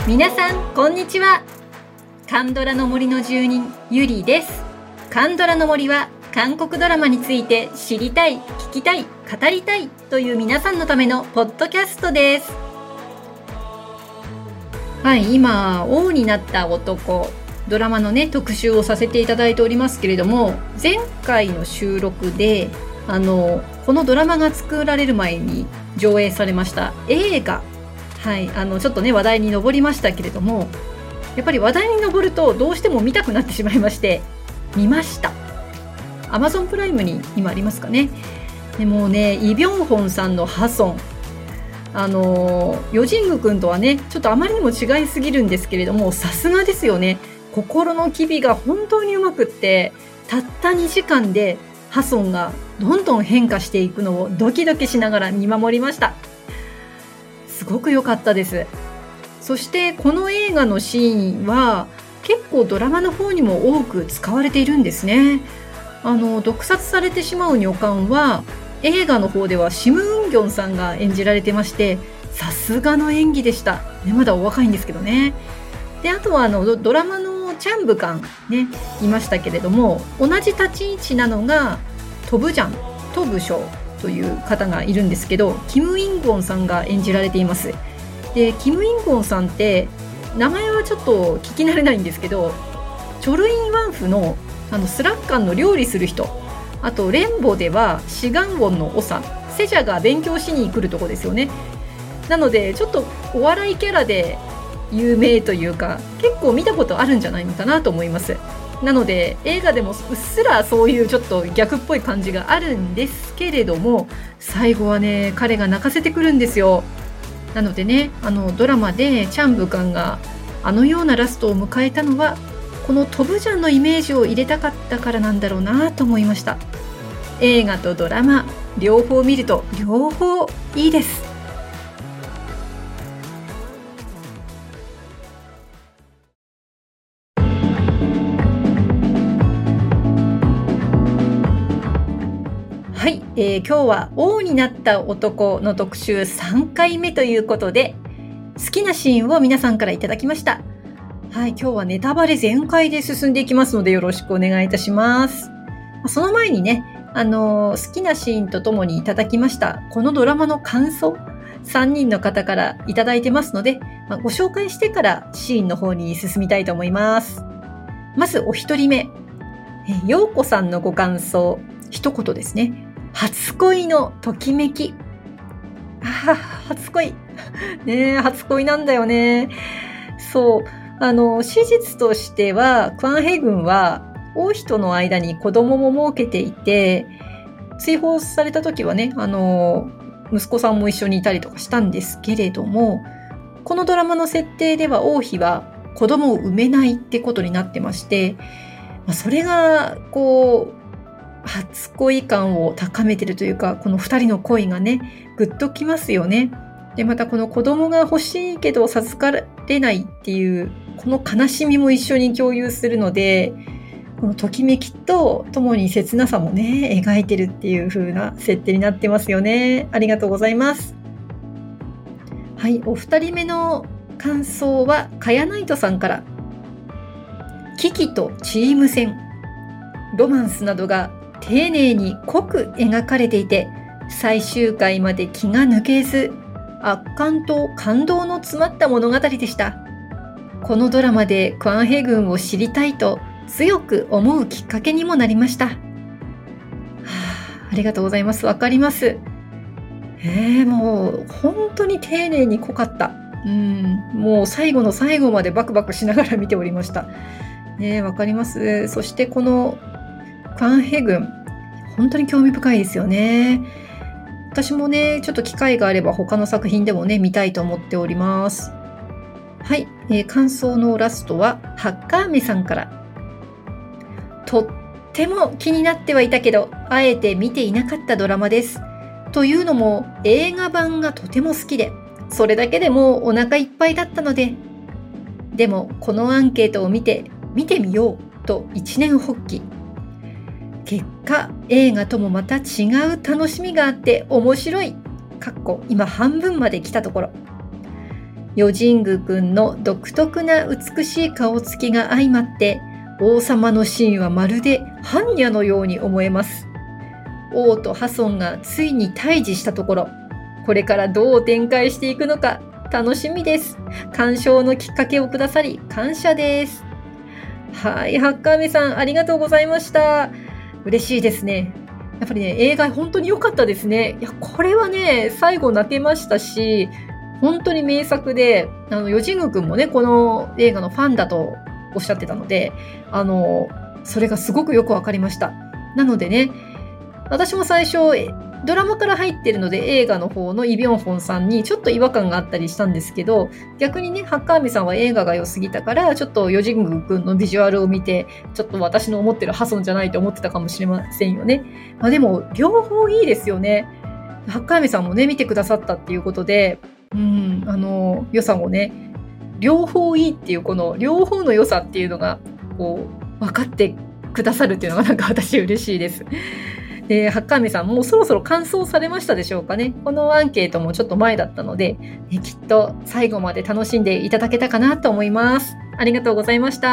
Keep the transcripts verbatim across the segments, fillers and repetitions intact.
皆さんこんにちは。カンドラの森の住人ゆりです。カンドラの森は韓国ドラマについて知りたい、聞きたい、語りたいという皆さんのためのポッドキャストです。はい、今王になった男ドラマのね特集をさせていただいておりますけれども、前回の収録であのこのドラマが作られる前に上映されました映画、はい、あのちょっとね話題に上りましたけれども、やっぱり話題に上るとどうしても見たくなってしまいまして見ました。 Amazon プライムに今ありますかね。でもね、イ・ビョンホンさんのハソン、あのヨジング君とはねちょっとあまりにも違いすぎるんですけれども、さすがですよね。心の機微が本当にうまくって、たったにじかんでハソンがどんどん変化していくのをドキドキしながら見守りました。すごく良かったです。そしてこの映画のシーンは結構ドラマの方にも多く使われているんですね。あの毒殺されてしまう女官は映画の方ではシム・ウンギョンさんが演じられてまして、さすがの演技でした、ね、まだお若いんですけどね。であとはあのドラマのチャンブカンねいましたけれども、同じ立ち位置なのがトブジャントブショウという方がいるんですけど、キム・インゴンさんが演じられています。でキム・インゴンさんって名前はちょっと聞き慣れないんですけど、チョルインワンフ の, あのスラッガンの料理する人、あとレンボではシガンウォンのオサセジャが勉強しに来るとこですよね。なのでちょっとお笑いキャラで有名というか、結構見たことあるんじゃないのかなと思います。なので映画でもうっすらそういうちょっと逆っぽい感じがあるんですけれども、最後はね彼が泣かせてくるんですよ。なのでね、あのドラマでチャンブカンがあのようなラストを迎えたのはこのトブジャンのイメージを入れたかったからなんだろうなと思いました。映画とドラマ両方見ると両方いいです。はい、えー、今日は王になった男の特集さんかいめということで、好きなシーンを皆さんからいただきました。はい、今日はネタバレ全開で進んでいきますのでよろしくお願いいたします。その前にね、あのー、好きなシーンとともにいただきましたこのドラマの感想さんにんの方からいただいてますので、まあ、ご紹介してからシーンの方に進みたいと思います。まずお一人目、えようこさんのご感想一言ですね。初恋のときめき。あ初恋ねえ、初恋なんだよね。そうあの史実としてはクァンヘ軍は王妃との間に子供も設けていて、追放された時はねあの息子さんも一緒にいたりとかしたんですけれども、このドラマの設定では王妃は子供を産めないってことになってまして、それがこう初恋感を高めてるというか、このふたりの恋がねグッときますよね。でまたこの子供が欲しいけど授かれないっていうこの悲しみも一緒に共有するので、このときめきとともに切なさもね描いてるっていう風な設定になってますよね。ありがとうございます。はい、お二人目の感想はカヤナイトさんから。キキとチーム戦、ロマンスなどが丁寧に濃く描かれていて、最終回まで気が抜けず、圧巻と感動の詰まった物語でした。このドラマでクァンヘ軍を知りたいと強く思うきっかけにもなりました。はあ、ありがとうございます。わかります。えー、もう本当に丁寧に濃かった。うん、もう最後の最後までバクバクしながら見ておりました。ね、わかります。そしてこのクァンヘ軍本当に興味深いですよね。私もねちょっと機会があれば他の作品でもね見たいと思っております。はい、えー、感想のラストはハッカーメさんから。とっても気になってはいたけどあえて見ていなかったドラマです。というのも映画版がとても好きで、それだけでもうお腹いっぱいだったので、でもこのアンケートを見て見てみようと一念発起。結果映画ともまた違う楽しみがあって面白い。かっこ今半分まで来たところ。 ヨジング君の独特な美しい顔つきが相まって、王様のシーンはまるで般若のように思えます。王とハソンがついに対峙したところ、これからどう展開していくのか楽しみです。鑑賞のきっかけをくださり感謝です。はい、ハッカーメさんありがとうございました。嬉しいですね。やっぱりね、映画本当に良かったですね。いや、これはね、最後泣けましたし、本当に名作で、あの、ヨジング君もね、この映画のファンだとおっしゃってたので、あの、それがすごくよくわかりました。なのでね、私も最初、ドラマから入ってるので映画の方のイ・ビョンホンさんにちょっと違和感があったりしたんですけど、逆にね、ハッカーミさんは映画が良すぎたから、ちょっとヨジング君のビジュアルを見て、ちょっと私の思ってるハソンじゃないと思ってたかもしれませんよね。まあでも、両方いいですよね。ハッカーミさんもね、見てくださったっていうことで、うん、あの、良さもね、両方いいっていう、この両方の良さっていうのが、こう、分かってくださるっていうのがなんか私嬉しいです。で、ハッカーミさんもうそろそろ完走されましたでしょうかね。このアンケートもちょっと前だったので、ね、きっと最後まで楽しんでいただけたかなと思います。ありがとうございました。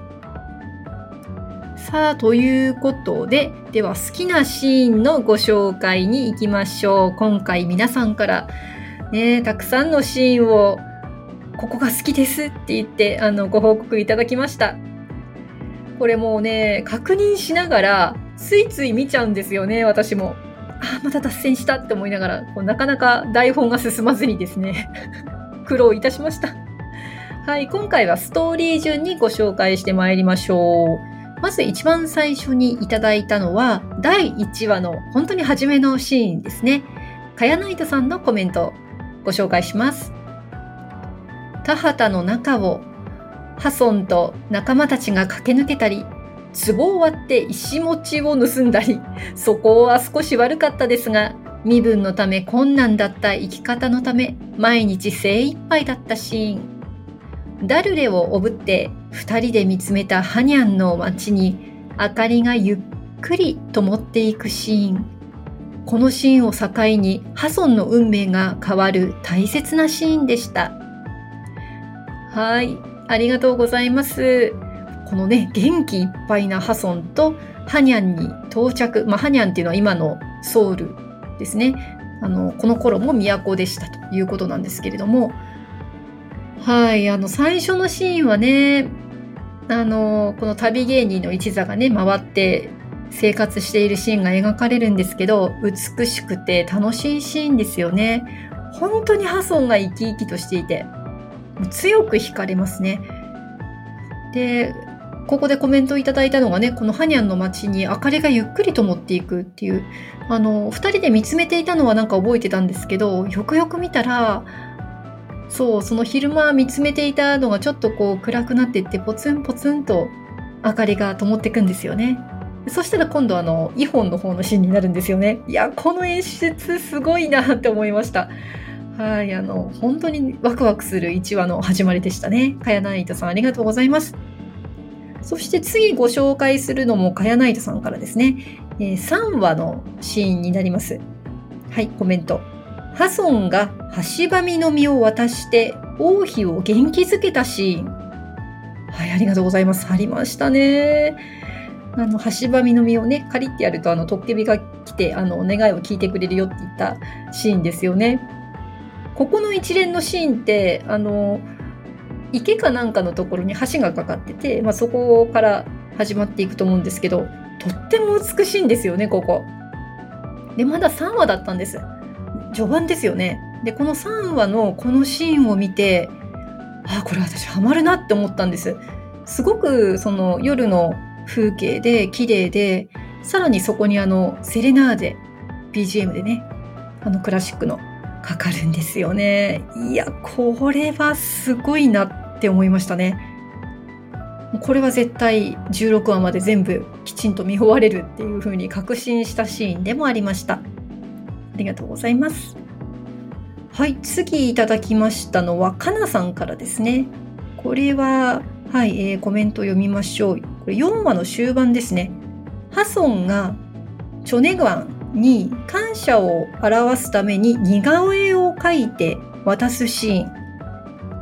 さあ、ということで、では好きなシーンのご紹介に行きましょう。今回皆さんからね、たくさんのシーンをここが好きですって言ってあのご報告いただきました。これもうね、確認しながらついつい見ちゃうんですよね、私も。あ、また脱線したって思いながら、こうなかなか台本が進まずにですね、苦労いたしました。はい、今回はストーリー順にご紹介してまいりましょう。まず一番最初にいただいたのは、だいいちわの本当に初めのシーンですね。カヤナイトさんのコメントご紹介します。田畑の中をハソンと仲間たちが駆け抜けたり、壺を割って石餅を盗んだり、そこは少し悪かったですが、身分のため困難だった生き方のため、毎日精一杯だったシーン。ダルレをおぶって二人で見つめたハニャンの街に、明かりがゆっくり灯っていくシーン。このシーンを境にハソンの運命が変わる大切なシーンでした。はい、ありがとうございます。このね、元気いっぱいなハソンとハニャンに到着、まあ、ハニャンっていうのは今のソウルですね。あのこの頃も都でしたということなんですけれども、はい、あの最初のシーンはね、あのこの旅芸人の一座がね回って生活しているシーンが描かれるんですけど、美しくて楽しいシーンですよね。本当にハソンが生き生きとしていて、強く惹かれますね。で、ここでコメントをいただいたのがね、このハニャンの街に明かりがゆっくり灯っていくっていう、あのふたりで見つめていたのはなんか覚えてたんですけど、よくよく見たら、そう、その昼間見つめていたのがちょっとこう暗くなっていって、ポツンポツンと明かりが灯っていくんですよね。そしたら今度あのイホンの方のシーンになるんですよね。いや、この演出すごいなって思いました。はい、あの本当にワクワクするいちわの始まりでしたね。カヤナイトさんありがとうございます。そして次ご紹介するのもカヤナイトさんからですね、えー、さんわのシーンになります。はい、コメント。ハソンがハバミの実を渡して王妃を元気づけたシーン。はい、ありがとうございます。ありましたね。あのハバミの実をね借りてやるとあのトッケビが来てあの願いを聞いてくれるよって言ったシーンですよね。ここの一連のシーンってあの池かなんかのところに橋がかかってて、まあ、そこから始まっていくと思うんですけど、とっても美しいんですよね、ここ。で、まださんわだったんです。序盤ですよね。で、このさんわのこのシーンを見て、あ、これ私ハマるなって思ったんです。すごくその夜の風景で綺麗で、さらにそこにあのセレナーデ ビージーエム でね、あのクラシックのかかるんですよね。いや、これはすごいなって思いましたね。これは絶対じゅうろくわまで全部きちんと見終われるっていう風に確信したシーンでもありました。ありがとうございます。はい、次いただきましたのはかなさんからですね。これは、はい、えー、コメント読みましょう。これよんわの終盤ですね。ハソンがチョネガンに感謝を表すために似顔絵を描いて渡すシーン。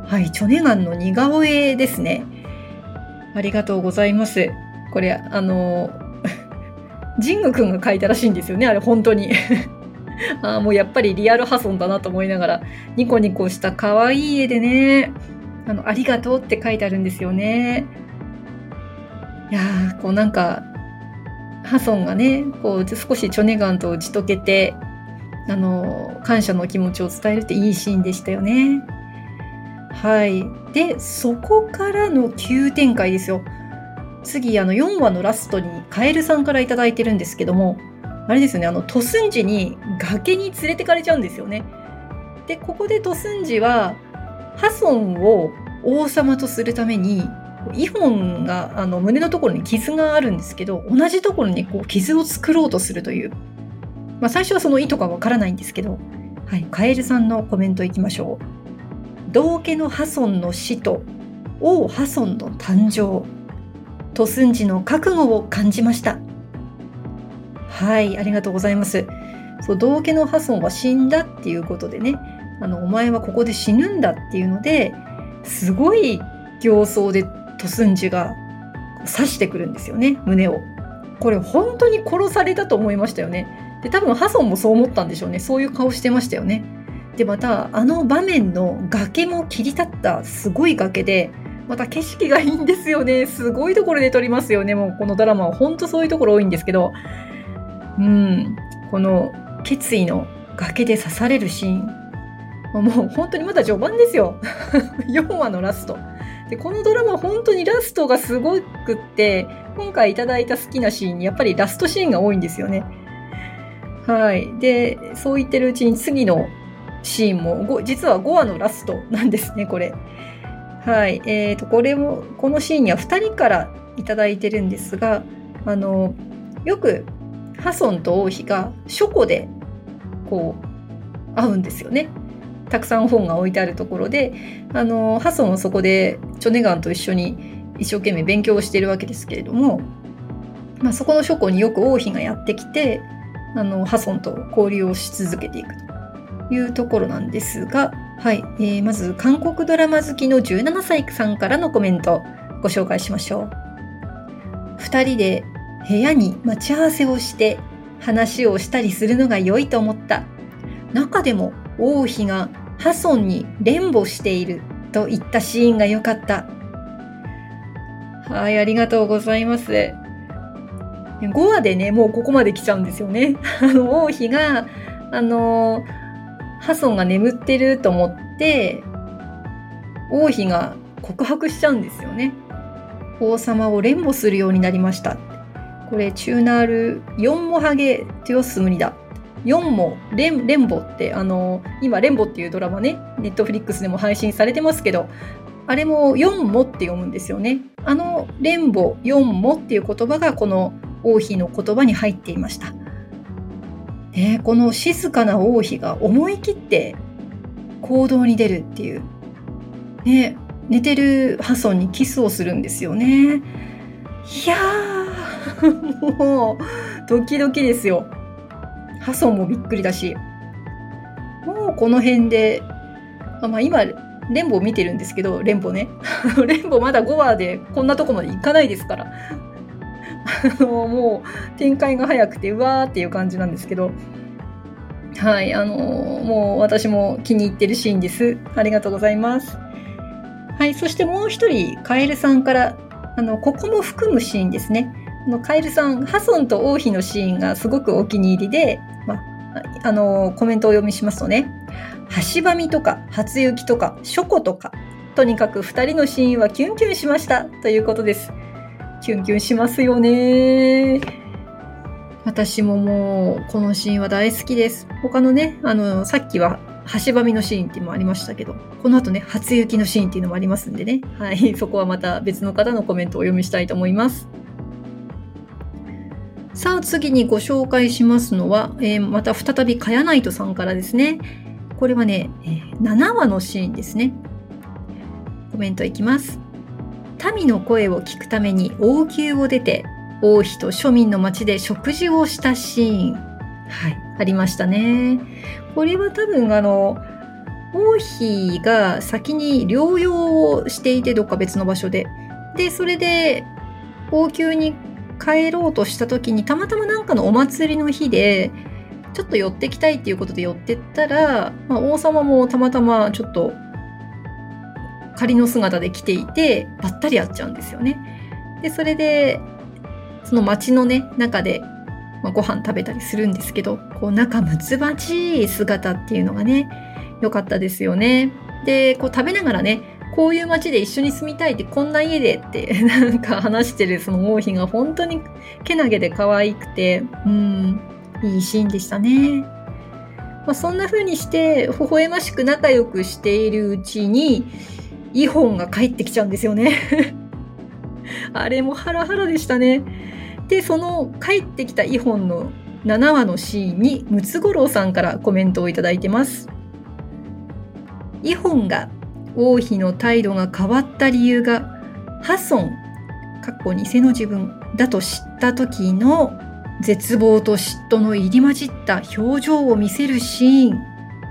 はい、チョネガンの似顔絵ですね。ありがとうございます。これ、あの、ジング君が描いたらしいんですよね、あれ本当に。あーもうやっぱりリアルハソンだなと思いながら、ニコニコした可愛い絵でね、あの、ありがとうって書いてあるんですよね。いやー、こうなんか、ハソンがね、こう少しチョネガンと打ち解けて、あの、感謝の気持ちを伝えるっていいシーンでしたよね。はい。で、そこからの急展開ですよ。次、あの、よんわのラストにカエルさんからいただいてるんですけども、あれですよね、あの、トスンジに崖に連れてかれちゃうんですよね。で、ここでトスンジは、ハソンを王様とするために、イホンがあの胸のところに傷があるんですけど、同じところにこう傷を作ろうとするという。まあ、最初はその意図がわからないんですけど、はい、カエルさんのコメントいきましょう。道家のハソンの死と王ハソンの誕生。トスンジの覚悟を感じました。はい、ありがとうございます。そう、道家のハソンは死んだっていうことでね、あのお前はここで死ぬんだっていうので、すごい形相でトスンジが刺してくるんですよね、胸を。これ本当に殺されたと思いましたよね。で、多分ハソンもそう思ったんでしょうね。そういう顔してましたよね。で、またあの場面の崖も切り立ったすごい崖で、また景色がいいんですよね。すごいところで撮りますよね。もうこのドラマは本当そういうところ多いんですけど、うん、この決意の崖で刺されるシーン、もう本当にまだ序盤ですよ。よんわのラスト。で、このドラマ本当にラストがすごくって、今回いただいた好きなシーンにやっぱりラストシーンが多いんですよね。はい。で、そう言ってるうちに次のシーンも実はごわのラストなんですね、これ。はい。えーと、これも、このシーンにはふたりからいただいてるんですが、あの、よくハソンと王妃が書庫でこう会うんですよね。たくさん本が置いてあるところで、あのハソンはそこでチョネガンと一緒に一生懸命勉強をしているわけですけれども、まあ、そこの書庫によく王妃がやってきて、あのハソンと交流をし続けていくというところなんですが、はい、えー、まず韓国ドラマ好きのじゅうななさいさんからのコメントご紹介しましょう。ふたりで部屋に待ち合わせをして話をしたりするのが良いと思った。中でも王妃がハソンに連母しているといったシーンが良かった。はい、ありがとうございます。ごわでね、もうここまで来ちゃうんですよね。あの王妃があのハソンが眠ってると思って王妃が告白しちゃうんですよね。王様を連母するようになりました。これチューナールよんもハゲテヨスムニだ。よんも連母ってあの今連母っていうドラマね、ネットフリックスでも配信されてますけど、あれもよんもって読むんですよね。あの連母よんもっていう言葉がこの王妃の言葉に入っていました。ね、この静かな王妃が思い切って行動に出るっていう、ね、寝てるハソンにキスをするんですよね。いやーもうドキドキですよ。ハソンもびっくりだし、もうこの辺で、あ、まあ、今連母見てるんですけど、連母ね連母まだごわでこんなとこまでいかないですからもう展開が早くてうわーっていう感じなんですけど、はい、あのー、もう私も気に入ってるシーンです。ありがとうございます。はい、そしてもう一人カエルさんから、あのここも含むシーンですね。あのカエルさん、ハソンと王妃のシーンがすごくお気に入りで、まあ、あのコメントをお読みしますとね、橋ばみとか初雪とか書庫とか、とにかくふたりのシーンはキュンキュンしましたということです。キュンキュンしますよね。私ももうこのシーンは大好きです。他のね、あのさっきは橋ばみのシーンっていうのもありましたけど、この後ね初雪のシーンっていうのもありますんでね、はい、そこはまた別の方のコメントをお読みしたいと思います。さあ次にご紹介しますのは、えー、また再びカヤナイトさんからですね。これはね、えー、ななわのシーンですね。コメントいきます。民の声を聞くために王宮を出て王妃と庶民の町で食事をしたシーン、はい、ありましたね。これは多分あの王妃が先に療養をしていて、どっか別の場所で。で、それで王宮に帰ろうとした時に、たまたまなんかのお祭りの日で、ちょっと寄ってきたいっていうことで寄ってったら、まあ、王様もたまたまちょっと仮の姿で来ていて、ばったり会っちゃうんですよね。で、それで、その街のね、中で、まあ、ご飯食べたりするんですけど、こう仲睦まじい姿っていうのがね、良かったですよね。で、こう食べながらね、こういう街で一緒に住みたいって、こんな家でってなんか話してるその王妃が本当にけなげで可愛くて、うん、いいシーンでしたね。まあ、そんな風にして微笑ましく仲良くしているうちにイホンが帰ってきちゃうんですよねあれもハラハラでしたね。で、その帰ってきたイホンのななわのシーンにムツゴロウさんからコメントをいただいてます。イホンが王妃の態度が変わった理由がハソンかっこ偽の自分だと知った時の絶望と嫉妬の入り混じった表情を見せるシーン。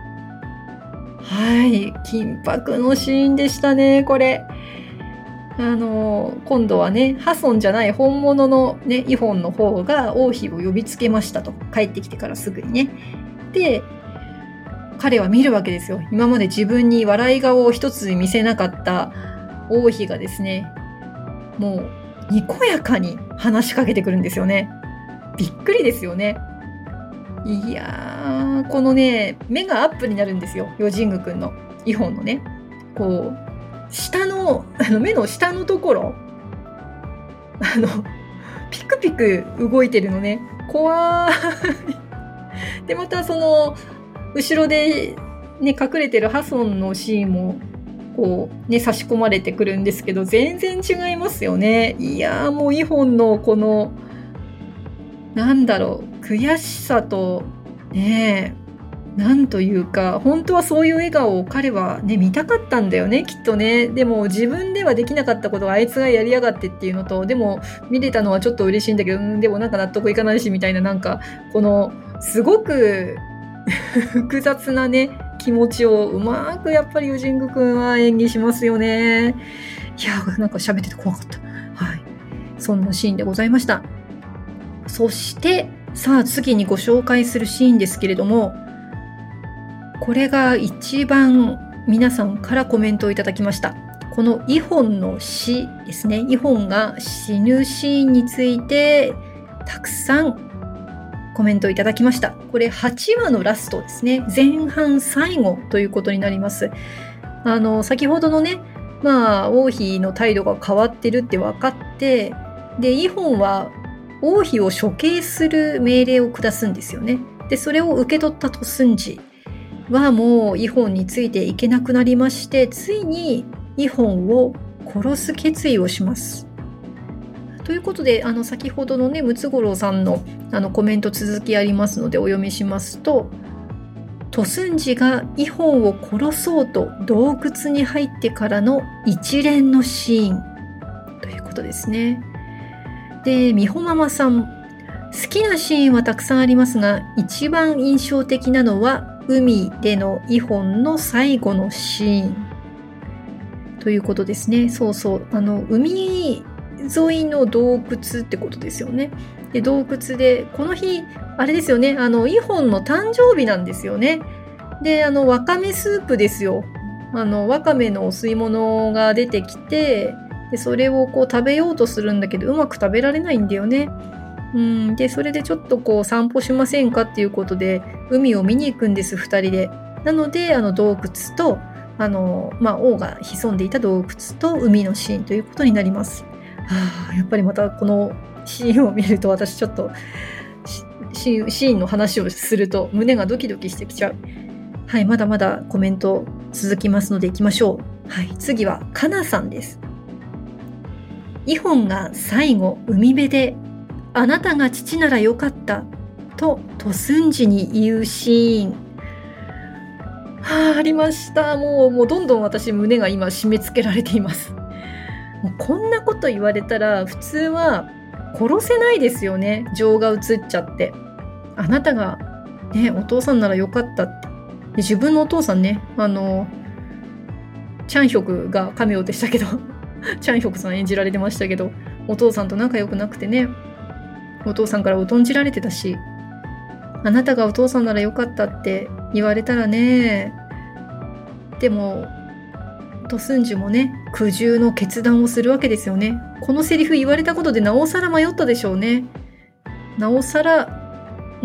はい、緊迫のシーンでしたね、これ。あの今度はね、ハソンじゃない本物のね、イホンの方が王妃を呼びつけましたと。帰ってきてからすぐにね。で、彼は見るわけですよ。今まで自分に笑い顔を一つ見せなかった王妃がですね、もうにこやかに話しかけてくるんですよね。びっくりですよね。いやー、このね、目がアップになるんですよ。ヨジングくんのイホンのね、こう下のあの目の下のところ、あのピクピク動いてるのね。怖い。でまたその後ろでね隠れてるハソンのシーンもこうね差し込まれてくるんですけど、全然違いますよね。いやー、もうイホンのこのなんだろう、悔しさとねえ、なんというか、本当はそういう笑顔を彼はね見たかったんだよね、きっとね。でも自分ではできなかったことをあいつがやりやがってっていうのと、でも見れたのはちょっと嬉しいんだけど、うんでもなんか納得いかないしみたいな、なんかこのすごく複雑なね気持ちをうまくやっぱりヨジングくんは演技しますよね。いや、なんか喋ってて怖かった。はい、そんなシーンでございました。そしてさあ次にご紹介するシーンですけれども、これが一番皆さんからコメントをいただきました。このイホンの死ですね。イホンが死ぬシーンについてたくさんコメントをいただきました。これはちわのラストですね。前半最後ということになります。あの先ほどのね、まあ王妃の態度が変わってるって分かって、でイホンは王妃を処刑する命令を下すんですよね。でそれを受け取ったトスンジはもうイホンについていけなくなりまして、ついにイホンを殺す決意をします。ということで、あの先ほどのねムツゴロウさんのあのコメント続きありますのでお読みしますと、トスンジがイホンを殺そうと洞窟に入ってからの一連のシーンということですね。で、みほママさん、好きなシーンはたくさんありますが、一番印象的なのは海でのイホンの最後のシーンということですね。そうそう、あの海沿いの洞窟ってことですよね。で洞窟でこの日あれですよね、あのイホンの誕生日なんですよね。であのわかめスープですよ。あのわかめのお吸い物が出てきて、でそれをこう食べようとするんだけどうまく食べられないんだよね。うんでそれでちょっとこう散歩しませんかっていうことで海を見に行くんです、ふたりで。なのであの洞窟とあの、まあ、王が潜んでいた洞窟と海のシーンということになります。はあ、やっぱりまたこのシーンを見ると私ちょっとシーンの話をすると胸がドキドキしてきちゃう。はい、まだまだコメント続きますので行きましょう。はい、次はカナさんです。イホンが最後海辺であなたが父ならよかったとトスンジに言うシーン。はあ、ありました。もう、もうどんどん私胸が今締め付けられています。もうこんなこと言われたら普通は殺せないですよね。情が移っちゃって、あなたがねお父さんならよかったってで自分のお父さんね、あのチャンヒョクがカメオでしたけどチャンヒョクさん演じられてましたけど、お父さんと仲良くなくてね、お父さんから疎んじられてたし、あなたがお父さんならよかったって言われたらね。でもドスンジュもね、苦渋の決断をするわけですよね。このセリフ言われたことでなおさら迷ったでしょうね。なおさら、うん、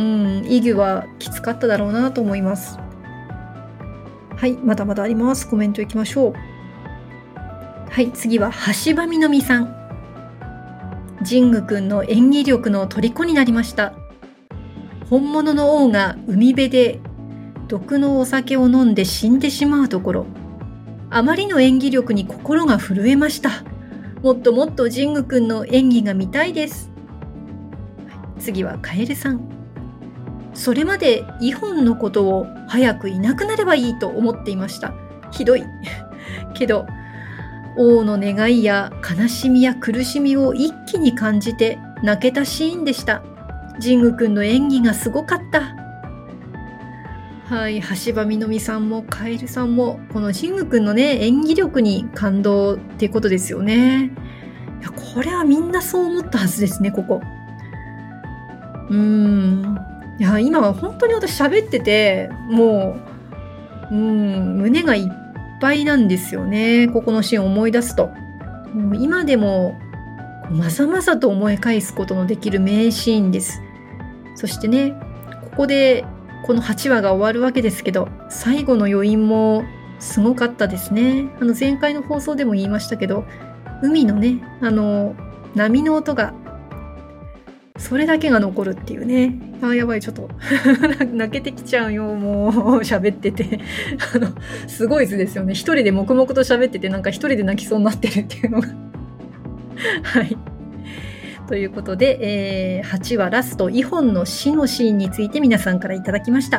イギュはきつかっただろうなと思います。はい、まだまだあります。コメントいきましょう。はい、次は橋場みのみさん。ジング君の演技力の虜になりました。本物の王が海辺で毒のお酒を飲んで死んでしまうところ、あまりの演技力に心が震えました。もっともっとジング君の演技が見たいです。次はカエルさん。それまでイホンのことを早くいなくなればいいと思っていました。ひどい。けど、王の願いや悲しみや苦しみを一気に感じて泣けたシーンでした。ジング君の演技がすごかった。はい、橋場みのみさんもカエルさんもこのジング君のね、演技力に感動っていうことですよね。いや、これはみんなそう思ったはずですね、ここ。うーん。いや、今は本当に私喋ってて、もう、うーん、胸がいっぱいなんですよね。ここのシーンを思い出すと。もう今でもまざまざと思い返すことのできる名シーンです。そしてね、ここでこのはちわが終わるわけですけど、最後の余韻もすごかったですね。あの前回の放送でも言いましたけど、海のね、あの波の音がそれだけが残るっていうね。あ、やばい、ちょっと泣けてきちゃうよ、もう喋っててあのすごい図ですよね。一人で黙々と喋ってて、なんか一人で泣きそうになってるっていうのがはいということで、えー、はちわラストイホンの死のシーンについて皆さんからいただきました。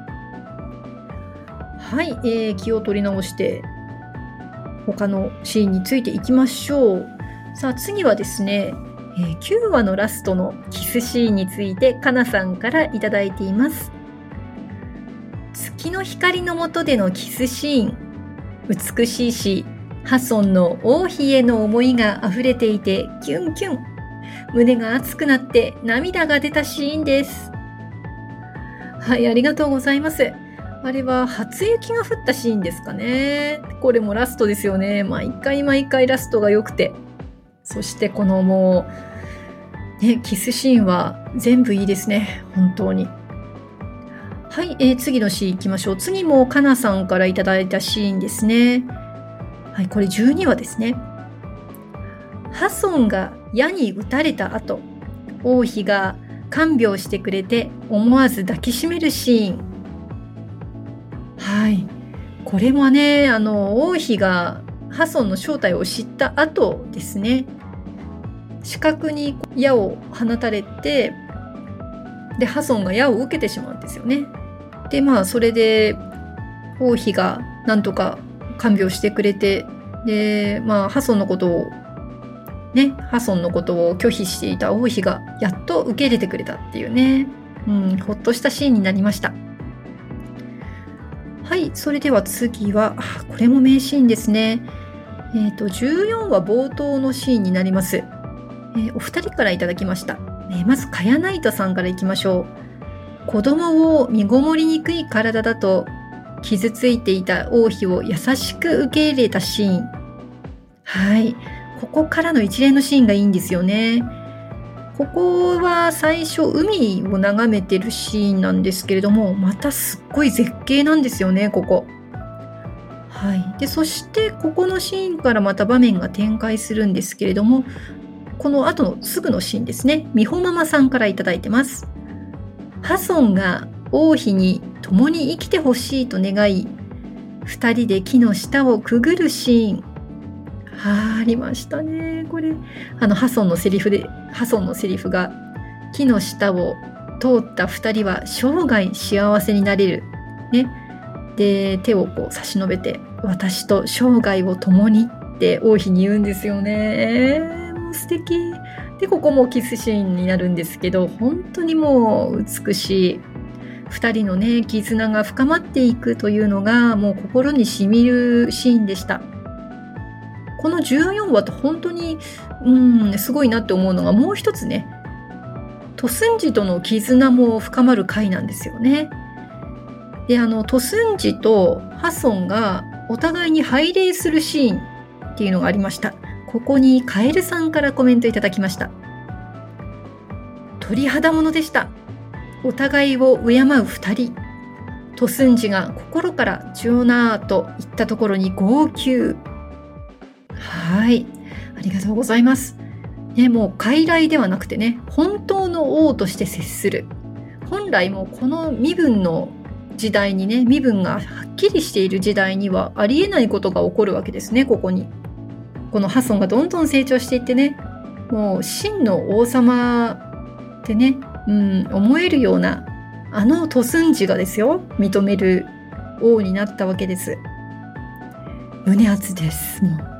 はい、えー、気を取り直して他のシーンについていきましょう。さあ次はですね、えー、きゅうわのラストのキスシーンについてかなさんからいただいています。月の光の下でのキスシーン、美しいしハソンの王妃への思いがあふれていてキュンキュン、胸が熱くなって涙が出たシーンです。はい、ありがとうございます。あれは初雪が降ったシーンですかね。これもラストですよね。毎回毎回ラストが良くて、そしてこのもうね、キスシーンは全部いいですね、本当に。はい、えー、次のシーンいきましょう。次もかなさんからいただいたシーンですね。はい、これじゅうにわですね。ハソンが矢に撃たれた後、王妃が看病してくれて思わず抱きしめるシーン。はい、これもね、あの王妃がハソンの正体を知った後ですね。視覚に矢を放たれて、でハソンが矢を受けてしまうんですよね。でまあそれで王妃がなんとか看病してくれて、でまあハソンのことをね、ハソンのことを拒否していた王妃がやっと受け入れてくれたっていうね、うん、ほっとしたシーンになりました。はい、それでは次は、これも名シーンですね。えっと、じゅうよんわ冒頭のシーンになります。えー、お二人からいただきました。えー、まず、カヤナイトさんからいきましょう。子供を身ごもりにくい体だと傷ついていた王妃を優しく受け入れたシーン。はい。ここからの一連のシーンがいいんですよね。ここは最初海を眺めてるシーンなんですけれども、またすっごい絶景なんですよね、ここ。はい。で、そしてここのシーンからまた場面が展開するんですけれども、この後のすぐのシーンですね。みほママさんからいただいてます。ハソンが王妃に共に生きてほしいと願い、二人で木の下をくぐるシーン。はあ、ありましたね。これあのハソンのセリフでハソンのセリフが、木の下を通った二人は生涯幸せになれる、ね、で手をこう差し伸べて、私と生涯を共にって王妃に言うんですよね。もう素敵で、ここもキスシーンになるんですけど、本当にもう美しい。 ふたりのね絆が深まっていくというのがもう心にしみるシーンでした。このじゅうよんわと本当にうんすごいなって思うのがもう一つね、トスンジとの絆も深まる回なんですよね。であのトスンジとハソンがお互いに拝礼するシーンっていうのがありました。ここにカエルさんからコメントいただきました。鳥肌ものでした。お互いを敬うふたり。トスンジが心からチューナーと言ったところに号泣。はい、ありがとうございます。ね、もう傀儡ではなくてね、本当の王として接する。本来もこの身分の時代にね、身分がはっきりしている時代にはありえないことが起こるわけですね。ここにこのハソンがどんどん成長していってね、もう真の王様ってね、うん、思えるようなあのトスンジがですよ、認める王になったわけです。胸熱です。もう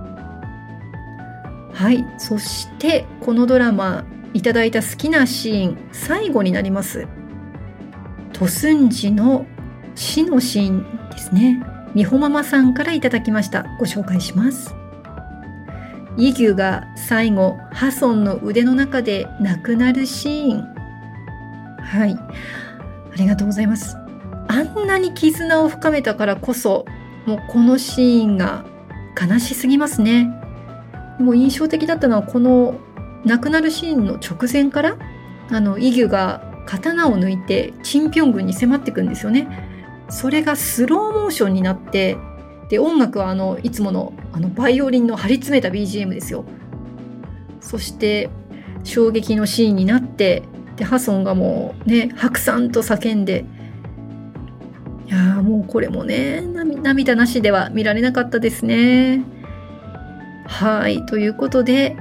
はい、そしてこのドラマいただいた好きなシーン、最後になります。トスンジの死のシーンですね。みほママさんからいただきました。ご紹介します。イギュが最後ハソンの腕の中で亡くなるシーン。はい、ありがとうございます。あんなに絆を深めたからこそ、もうこのシーンが悲しすぎますね。もう印象的だったのはこの亡くなるシーンの直前からあのイギュが刀を抜いてチンピョン軍に迫っていくんですよね。それがスローモーションになって、で音楽はあのいつものあのバイオリンの張り詰めた ビージーエム ですよ。そして衝撃のシーンになって、でハソンがもうね白山と叫んで、いやもうこれもね涙なしでは見られなかったですね。はい、ということで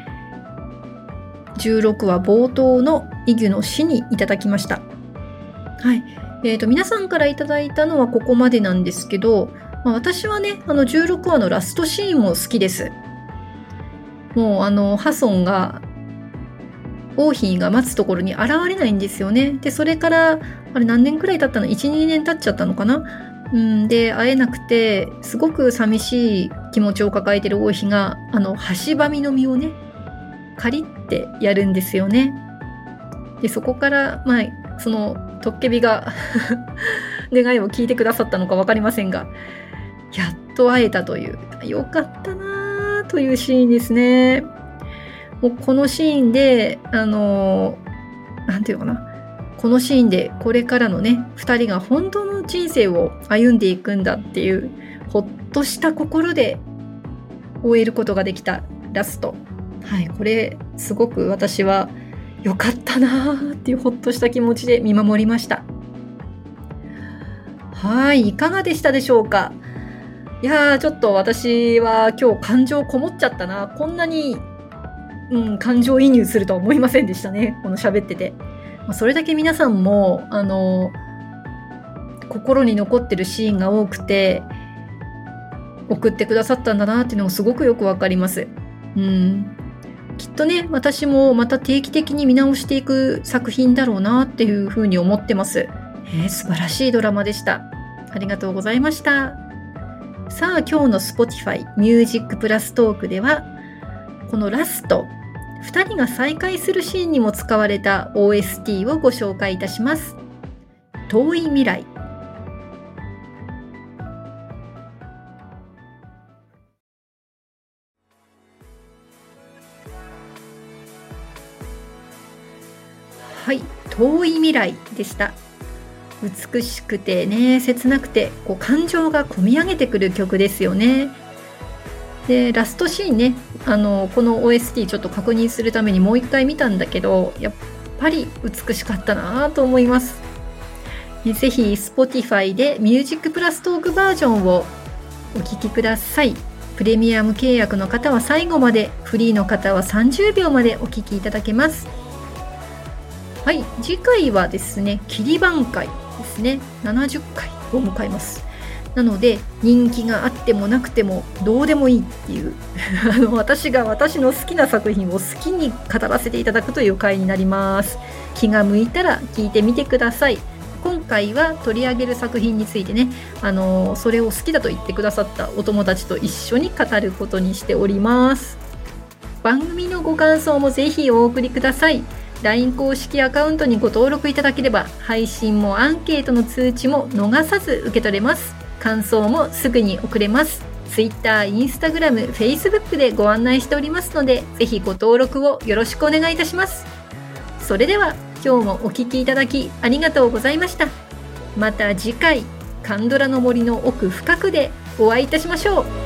じゅうろくわ冒頭のイギュの死にいただきました。はい、えーと皆さんからいただいたのはここまでなんですけど、まあ、私はねあのじゅうろくわのラストシーンも好きです。もうあのハソンが王妃が待つところに現れないんですよね。でそれからあれ何年くらい経ったの いちにねん経っちゃったのかな。うんで会えなくてすごく寂しい気持ちを抱えている王妃があのハシバミの実をね借りってやるんですよね。でそこからまあそのトッケビが願いを聞いてくださったのか分かりませんが、やっと会えたという、よかったなというシーンですね。もうこのシーンであのなんていうのかな、このシーンでこれからのねふたりが本当の人生を歩んでいくんだっていうほっとした心で終えることができたラスト。はい、これすごく私はよかったなーっていうほっとした気持ちで見守りました。はい、いかがでしたでしょうか。いやーちょっと私は今日感情こもっちゃったな。こんなに、うん、感情移入するとは思いませんでしたね、この喋ってて。それだけ皆さんもあの心に残ってるシーンが多くて送ってくださったんだなっていうのもすごくよくわかります。うん、きっとね私もまた定期的に見直していく作品だろうなっていうふうに思ってます。えー、素晴らしいドラマでした。ありがとうございました。さあ今日の Spotify ミュージックプラストークではこのラストふたりが再会するシーンにも使われた オーエスティー をご紹介いたします。遠い未来。はい、遠い未来でした。美しくてね切なくてこう感情がこみ上げてくる曲ですよね。でラストシーンねあのこの オーエスティー ちょっと確認するためにもう一回見たんだけど、やっぱり美しかったなと思います。ぜひ Spotify でミュージックプラストークバージョンをお聴きください。プレミアム契約の方は最後まで、フリーの方はさんじゅうびょうまでお聴きいただけます。はい、次回はですね切り番会ですね。ななじゅっかいを迎えます。なので人気があってもなくてもどうでもいいっていうあの私が私の好きな作品を好きに語らせていただくという回になります。気が向いたら聞いてみてください。 回は取り上げる作品についてね、あのそれを好きだと言ってくださったお友達と一緒に語ることにしております。番組のご感想もぜひお送りください。 ライン 公式アカウントにご登録いただければ配信もアンケートの通知も逃さず受け取れます。感想もすぐに送れます。 Twitter、Instagram、Facebook でご案内しておりますので、ぜひご登録をよろしくお願いいたします。それでは今日もお聞きいただきありがとうございました。また次回カンドラの森の奥深くでお会いいたしましょう。